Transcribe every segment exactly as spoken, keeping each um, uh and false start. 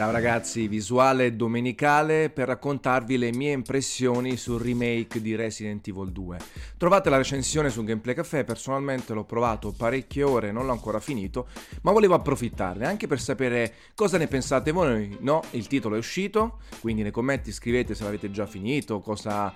Ciao ragazzi, visuale domenicale per raccontarvi le mie impressioni sul remake di Resident Evil due. Trovate la recensione su Gameplay Café, personalmente l'ho provato parecchie ore, non l'ho ancora finito, ma volevo approfittarne anche per sapere cosa ne pensate voi. No, il titolo è uscito, quindi nei commenti scrivete se l'avete già finito, cosa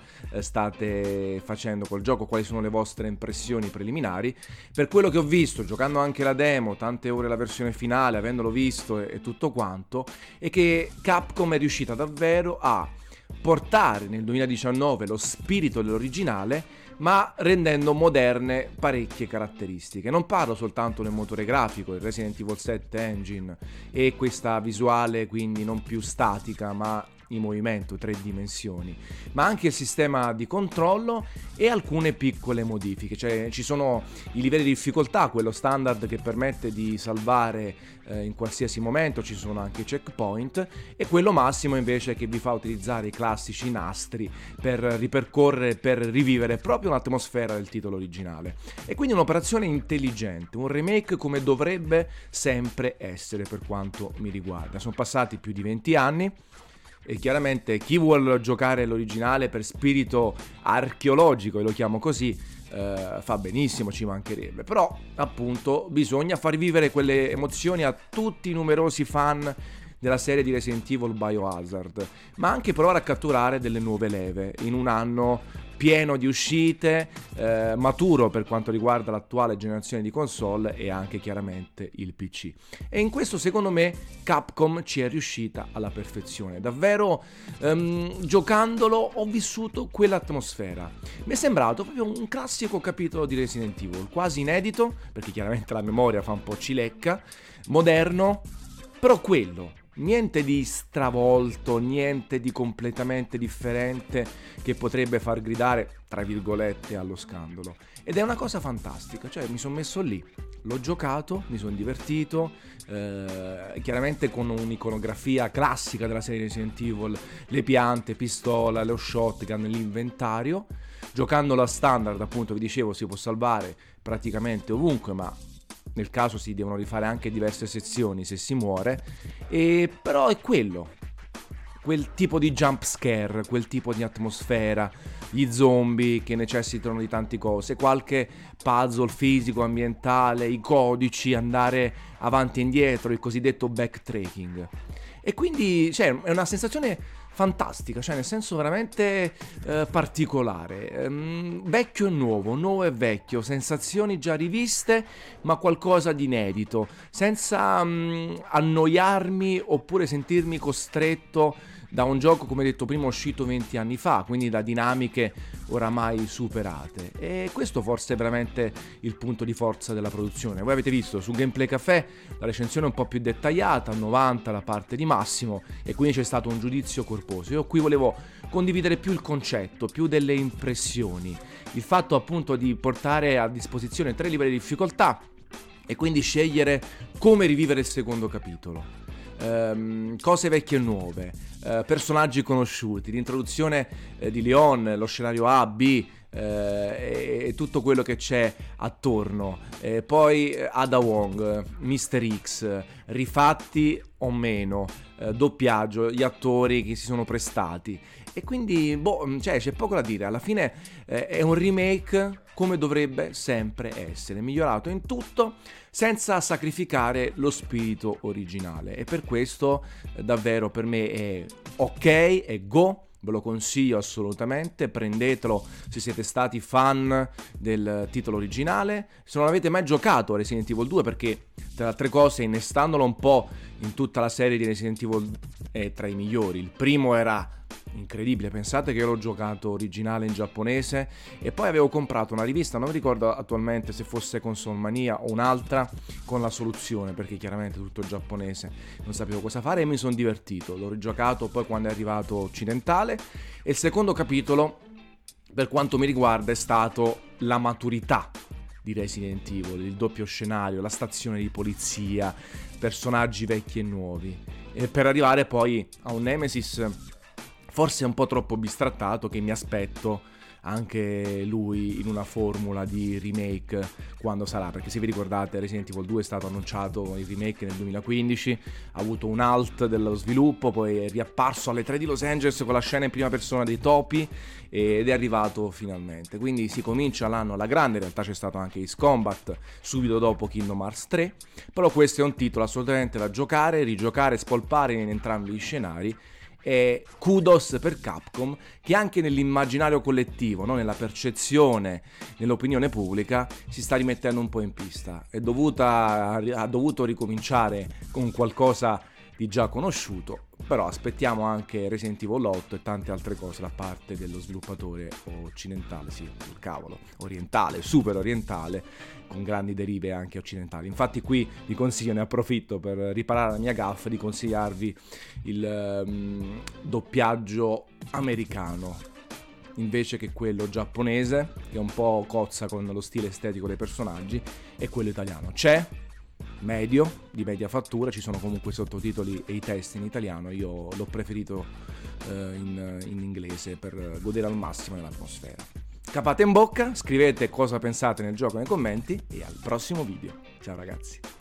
state facendo col gioco, quali sono le vostre impressioni preliminari. Per quello che ho visto, giocando anche la demo, tante ore la versione finale, avendolo visto e, e tutto quanto, e che Capcom è riuscita davvero a portare nel duemiladiciannove lo spirito dell'originale, ma rendendo moderne parecchie caratteristiche. Non parlo soltanto del motore grafico, il Resident Evil sette Engine e questa visuale quindi non più statica ma in movimento, tre dimensioni, ma anche il sistema di controllo e alcune piccole modifiche. Cioè ci sono i livelli di difficoltà, quello standard che permette di salvare eh, in qualsiasi momento, ci sono anche i checkpoint, e quello massimo invece che vi fa utilizzare i classici nastri per ripercorrere, per rivivere proprio un'atmosfera del titolo originale. E quindi un'operazione intelligente, un remake come dovrebbe sempre essere per quanto mi riguarda. Sono passati più di venti anni e chiaramente chi vuole giocare l'originale per spirito archeologico, e lo chiamo così, eh, fa benissimo, ci mancherebbe, però appunto bisogna far vivere quelle emozioni a tutti i numerosi fan della serie di Resident Evil Biohazard, ma anche provare a catturare delle nuove leve in un anno pieno di uscite, eh, maturo per quanto riguarda l'attuale generazione di console e anche chiaramente il P C. E in questo secondo me Capcom ci è riuscita alla perfezione. Davvero ehm, giocandolo ho vissuto quell'atmosfera. Mi è sembrato proprio un classico capitolo di Resident Evil, quasi inedito, perché chiaramente la memoria fa un po' cilecca, moderno, però quello. Niente di stravolto, niente di completamente differente che potrebbe far gridare, tra virgolette, allo scandalo. Ed è una cosa fantastica, cioè mi sono messo lì, l'ho giocato, mi sono divertito, eh, chiaramente con un'iconografia classica della serie Resident Evil, le piante, pistola, lo shotgun, l'inventario. Giocandolo a standard, appunto, vi dicevo, si può salvare praticamente ovunque, ma nel caso si devono rifare anche diverse sezioni se si muore, e però è quello, quel tipo di jump scare, quel tipo di atmosfera, gli zombie che necessitano di tante cose, qualche puzzle fisico, ambientale, i codici, andare avanti e indietro, il cosiddetto backtracking. E quindi cioè, è una sensazione fantastica, cioè nel senso veramente eh, particolare, ehm, vecchio e nuovo, nuovo e vecchio, sensazioni già riviste ma qualcosa di inedito, senza um, annoiarmi oppure sentirmi costretto da un gioco, come detto prima, uscito venti anni fa, quindi da dinamiche oramai superate. E questo forse è veramente il punto di forza della produzione. Voi avete visto su Gameplay Café la recensione un po' più dettagliata, novanta la parte di Massimo, e quindi c'è stato un giudizio corposo. Io qui volevo condividere più il concetto, più delle impressioni, il fatto appunto di portare a disposizione tre livelli di difficoltà e quindi scegliere come rivivere il secondo capitolo. Um, cose vecchie e nuove, uh, personaggi conosciuti, l'introduzione uh, di Leon, lo scenario A, B uh, e, e tutto quello che c'è attorno, e poi uh, Ada Wong, mister X, rifatti o meno, uh, doppiaggio, gli attori che si sono prestati, e quindi boh, cioè, c'è poco da dire. Alla fine uh, è un remake come dovrebbe sempre essere, migliorato in tutto senza sacrificare lo spirito originale, e per questo eh, davvero per me è ok, è go, ve lo consiglio assolutamente, prendetelo se siete stati fan del titolo originale, se non avete mai giocato a Resident Evil due, perché tra le altre cose, innestandolo un po' in tutta la serie di Resident Evil, è tra i migliori. Il primo era incredibile, pensate che io l'ho giocato originale in giapponese e poi avevo comprato una rivista, non mi ricordo attualmente se fosse Console Mania o un'altra, con la soluzione, perché chiaramente tutto giapponese, non sapevo cosa fare, e mi sono divertito. L'ho rigiocato poi quando è arrivato occidentale, e il secondo capitolo per quanto mi riguarda è stato la maturità di Resident Evil, il doppio scenario, la stazione di polizia, personaggi vecchi e nuovi, e per arrivare poi a un Nemesis forse un po' troppo bistrattato, che mi aspetto anche lui in una formula di remake quando sarà, perché se vi ricordate Resident Evil due è stato annunciato il remake nel duemilaquindici, ha avuto un halt dello sviluppo, poi è riapparso alle tre di Los Angeles con la scena in prima persona dei topi ed è arrivato finalmente, quindi si comincia l'anno alla grande. In realtà c'è stato anche Ace Combat subito dopo Kingdom Hearts tre, però questo è un titolo assolutamente da giocare, rigiocare, spolpare in entrambi gli scenari. E kudos per Capcom, che anche nell'immaginario collettivo, no? Nella percezione, nell'opinione pubblica, si sta rimettendo un po' in pista. È dovuta, ha dovuto ricominciare con qualcosa di già conosciuto, però aspettiamo anche Resident Evil otto e tante altre cose da parte dello sviluppatore occidentale, sì, il cavolo, orientale, super orientale, con grandi derive anche occidentali. Infatti qui vi consiglio, ne approfitto per riparare la mia gaffa, di consigliarvi il um, doppiaggio americano invece che quello giapponese, che un po' cozza con lo stile estetico dei personaggi, e quello italiano. C'è medio, di media fattura, ci sono comunque i sottotitoli e i testi in italiano. Io l'ho preferito eh, in, in inglese per godere al massimo dell'atmosfera. Capate in bocca, scrivete cosa pensate nel gioco nei commenti e al prossimo video. Ciao ragazzi.